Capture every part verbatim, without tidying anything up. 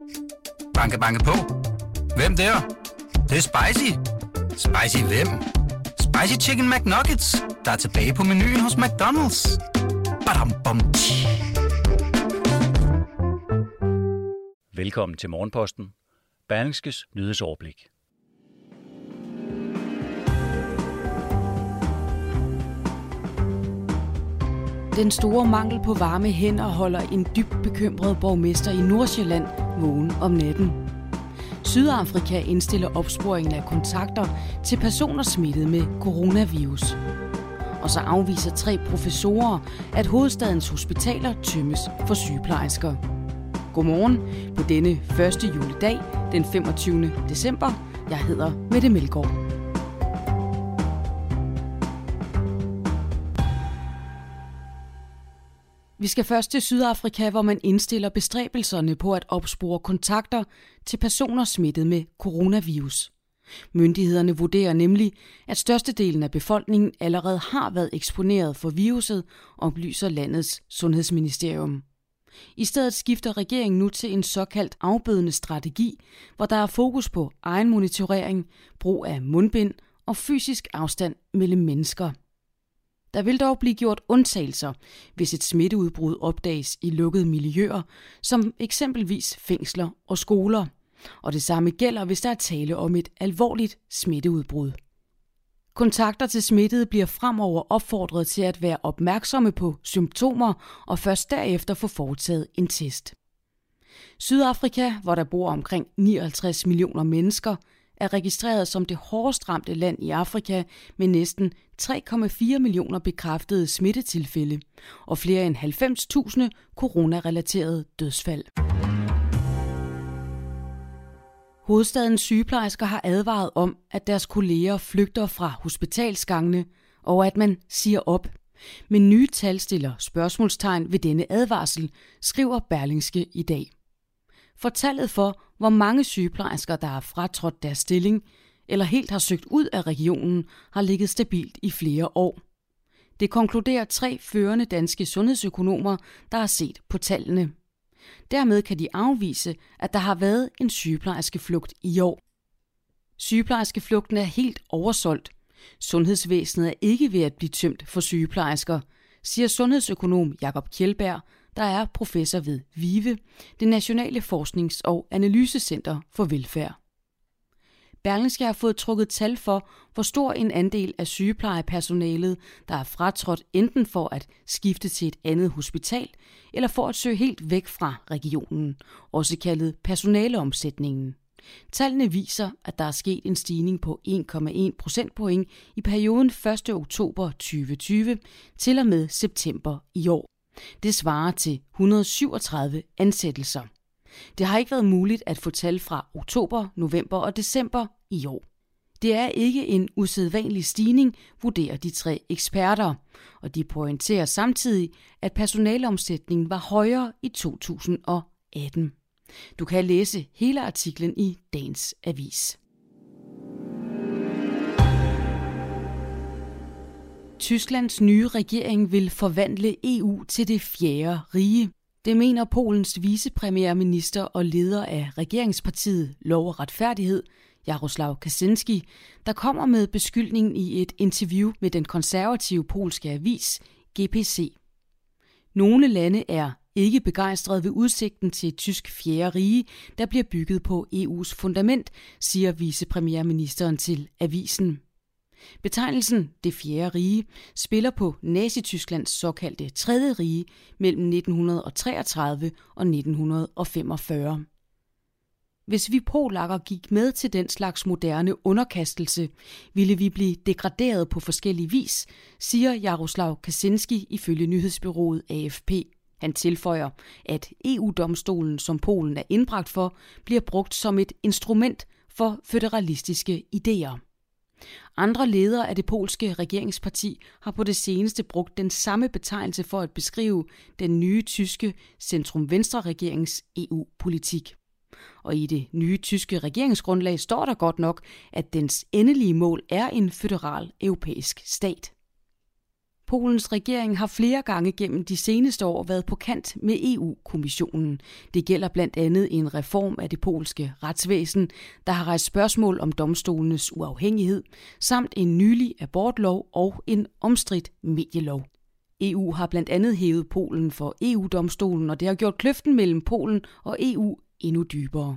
Banke, banke på. Hvem der? Det, det er spicy. Spicy hvem? Spicy Chicken McNuggets, der er tilbage på menuen hos McDonald's. Badum, bom, Velkommen til Morgenposten, Berlingskes nyhedsoverblik. Den store mangel på varme hænder holder en dybt bekymret borgmester i Nordsjælland vågen om natten. Sydafrika indstiller opsporingen af kontakter til personer smittet med coronavirus. Og så afviser tre professorer, at hovedstadens hospitaler tømmes for sygeplejersker. Godmorgen på denne første juledag, den femogtyvende december. Jeg hedder Mette Melgaard. Vi skal først til Sydafrika, hvor man indstiller bestræbelserne på at opspore kontakter til personer smittet med coronavirus. Myndighederne vurderer nemlig, at størstedelen af befolkningen allerede har været eksponeret for viruset, oplyser landets sundhedsministerium. I stedet skifter regeringen nu til en såkaldt afbødende strategi, hvor der er fokus på egen monitorering, brug af mundbind og fysisk afstand mellem mennesker. Der vil dog blive gjort undtagelser, hvis et smitteudbrud opdages i lukkede miljøer, som eksempelvis fængsler og skoler. Og det samme gælder, hvis der er tale om et alvorligt smitteudbrud. Kontakter til smittede bliver fremover opfordret til at være opmærksomme på symptomer og først derefter få foretaget en test. Sydafrika, hvor der bor omkring nioghalvtreds millioner mennesker, er registreret som det hårdest ramte land i Afrika med næsten tre komma fire millioner bekræftede smittetilfælde og flere end halvfems tusind coronarelaterede dødsfald. Hovedstadens sygeplejersker har advaret om, at deres kolleger flygter fra hospitalsgangene og at man siger op. Men nye tal stiller spørgsmålstegn ved denne advarsel, skriver Berlingske i dag. For tallet for, hvor mange sygeplejersker, der har fratrådt deres stilling eller helt har søgt ud af regionen, har ligget stabilt i flere år. Det konkluderer tre førende danske sundhedsøkonomer, der har set på tallene. Dermed kan de afvise, at der har været en sygeplejerskeflugt i år. Sygeplejerskeflugten er helt oversolgt. Sundhedsvæsenet er ikke ved at blive tømt for sygeplejersker, siger sundhedsøkonom Jakob Kjeldberg, der er professor ved VIVE, det nationale forsknings- og analysecenter for velfærd. Berlingske har fået trukket tal for, hvor stor en andel af sygeplejepersonalet, der er fratrådt enten for at skifte til et andet hospital, eller for at søge helt væk fra regionen, også kaldet personaleomsætningen. Tallene viser, at der er sket en stigning på en komma en procentpoint i perioden første oktober tyve tyve til og med september i år. Det svarer til et hundrede og syvogtredive ansættelser. Det har ikke været muligt at få tal fra oktober, november og december i år. Det er ikke en usædvanlig stigning, vurderer de tre eksperter, og de pointerer samtidig, at personaleomsætningen var højere i to tusind og atten. Du kan læse hele artiklen i dagens avis. Tysklands nye regering vil forvandle E U til det fjerde rige. Det mener Polens vicepremierminister og leder af regeringspartiet Lov og Retfærdighed, Jarosław Kaczyński, der kommer med beskyldningen i et interview med den konservative polske avis G P C. Nogle lande er ikke begejstrede ved udsigten til et tysk fjerde rige, der bliver bygget på E U's fundament, siger vicepremierministeren til avisen. Betegnelsen det fjerde rige spiller på Nazi-Tysklands såkaldte tredje rige mellem nitten treogtredive og nitten femogfyrre. Hvis vi polakker gik med til den slags moderne underkastelse, ville vi blive degraderet på forskellig vis, siger Jarosław Kaczyński ifølge nyhedsbureauet A F P. Han tilføjer, at E U-domstolen, som Polen er indbragt for, bliver brugt som et instrument for føderalistiske idéer. Andre ledere af det polske regeringsparti har på det seneste brugt den samme betegnelse for at beskrive den nye tyske centrum-venstre-regerings E U-politik. Og i det nye tyske regeringsgrundlag står der godt nok, at dens endelige mål er en føderal europæisk stat. Polens regering har flere gange gennem de seneste år været på kant med E U-kommissionen. Det gælder blandt andet en reform af det polske retsvæsen, der har rejst spørgsmål om domstolenes uafhængighed, samt en nylig abortlov og en omstridt medielov. E U har blandt andet hævet Polen for E U-domstolen, og det har gjort kløften mellem Polen og E U endnu dybere.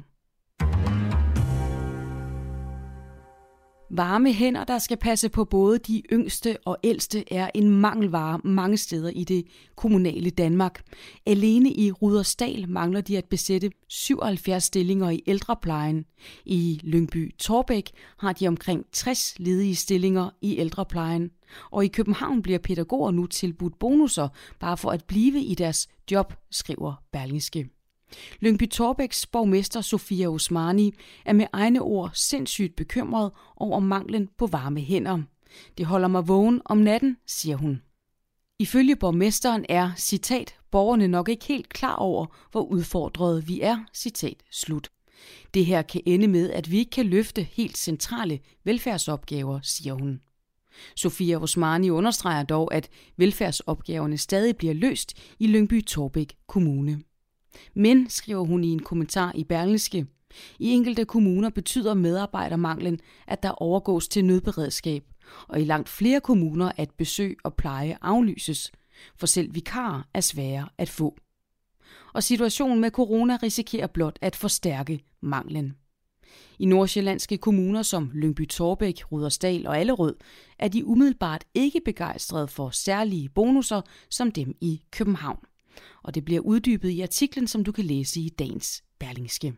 Varme hænder, der skal passe på både de yngste og ældste, er en mangelvare mange steder i det kommunale Danmark. Alene i Rudersdal mangler de at besætte syvoghalvfjerds stillinger i ældreplejen. I Lyngby-Taarbæk har de omkring tres ledige stillinger i ældreplejen. Og i København bliver pædagoger nu tilbudt bonusser, bare for at blive i deres job, skriver Berlingske. Lyngby-Taarbæks borgmester Sofia Osmani er med egne ord sindssygt bekymret over manglen på varme hænder. Det holder mig vågen om natten, siger hun. Ifølge borgmesteren er, citat, borgerne nok ikke helt klar over, hvor udfordrede vi er, citat, slut. Det her kan ende med, at vi ikke kan løfte helt centrale velfærdsopgaver, siger hun. Sofia Osmani understreger dog, at velfærdsopgaverne stadig bliver løst i Lyngby-Taarbæk Kommune. Men, skriver hun i en kommentar i Berlingske, i enkelte kommuner betyder medarbejdermanglen, at der overgås til nødberedskab, og i langt flere kommuner at besøg og pleje aflyses, for selv vikarer er svære at få. Og situationen med corona risikerer blot at forstærke manglen. I nordsjællandske kommuner som Lyngby-Taarbæk, Rudersdal og Allerød er de umiddelbart ikke begejstrede for særlige bonusser som dem i København. Og det bliver uddybet i artiklen, som du kan læse i dagens Berlingske.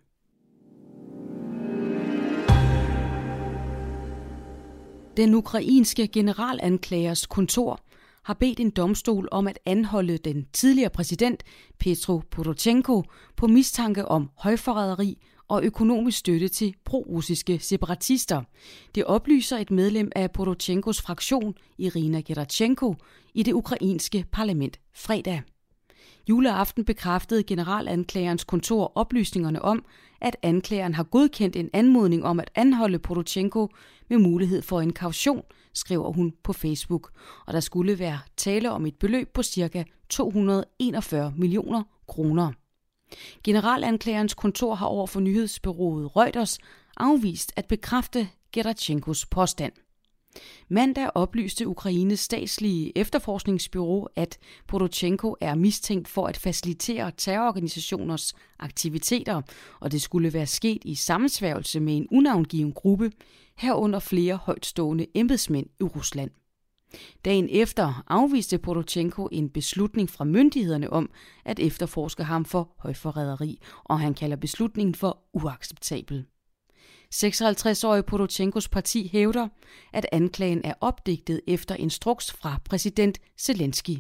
Den ukrainske generalanklagers kontor har bedt en domstol om at anholde den tidligere præsident Petro Poroshenko på mistanke om højforræderi og økonomisk støtte til pro-russiske separatister. Det oplyser et medlem af Poroshenkos fraktion, Irina Gerashchenko, i det ukrainske parlament fredag. Juleaften bekræftede generalanklagerens kontor oplysningerne om, at anklageren har godkendt en anmodning om at anholde Poroshenko med mulighed for en kaution, skriver hun på Facebook, og der skulle være tale om et beløb på ca. to hundrede og enogfyrre millioner kroner. Generalanklagerens kontor har over for nyhedsbureauet Reuters afvist at bekræfte Gerashchenkos påstand. Mandag oplyste Ukraines statslige efterforskningsbureau, at Poroshenko er mistænkt for at facilitere terrororganisationers aktiviteter, og det skulle være sket i sammensværgelse med en unavngiven gruppe, herunder flere højtstående embedsmænd i Rusland. Dagen efter afviste Poroshenko en beslutning fra myndighederne om at efterforske ham for højforræderi, og han kalder beslutningen for uacceptabel. seksoghalvtreds-årige Poroshenkos parti hævder, at anklagen er opdigtet efter instruks fra præsident Zelensky.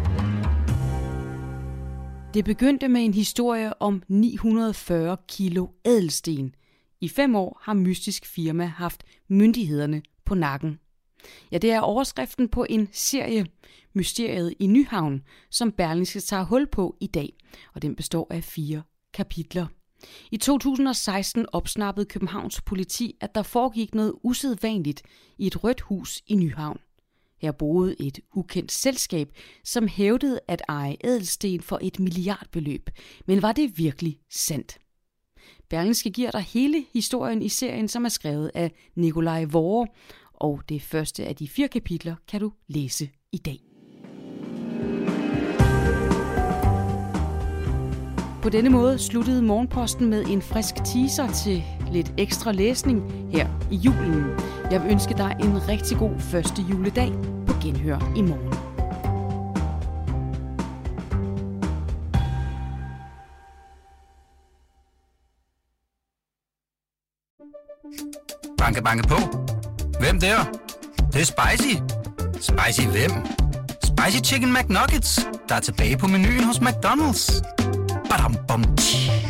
Det begyndte med en historie om ni hundrede og fyrre kilo ædelsten. I fem år har mystisk firma haft myndighederne på nakken. Ja, det er overskriften på en serie, Mysteriet i Nyhavn, som Berlingske tager hul på i dag, og den består af fire kapitler. I to tusind og seksten opsnappede Københavns politi, at der foregik noget usædvanligt i et rødt hus i Nyhavn. Her boede et ukendt selskab, som hævdede at eje ædelsten for et milliardbeløb. Men var det virkelig sandt? Berlingske giver dig hele historien i serien, som er skrevet af Nikolaj Vore, og det første af de fire kapitler kan du læse i dag. På denne måde sluttede Morgenposten med en frisk teaser til lidt ekstra læsning her i julen. Jeg vil ønske dig en rigtig god første juledag. På genhør i morgen. Banke, banke på. Hvem der? Det, det er spicy. Spicy hvem? Spicy Chicken McNuggets, der er tilbage på menuen hos McDonald's. Badum, bom, tji.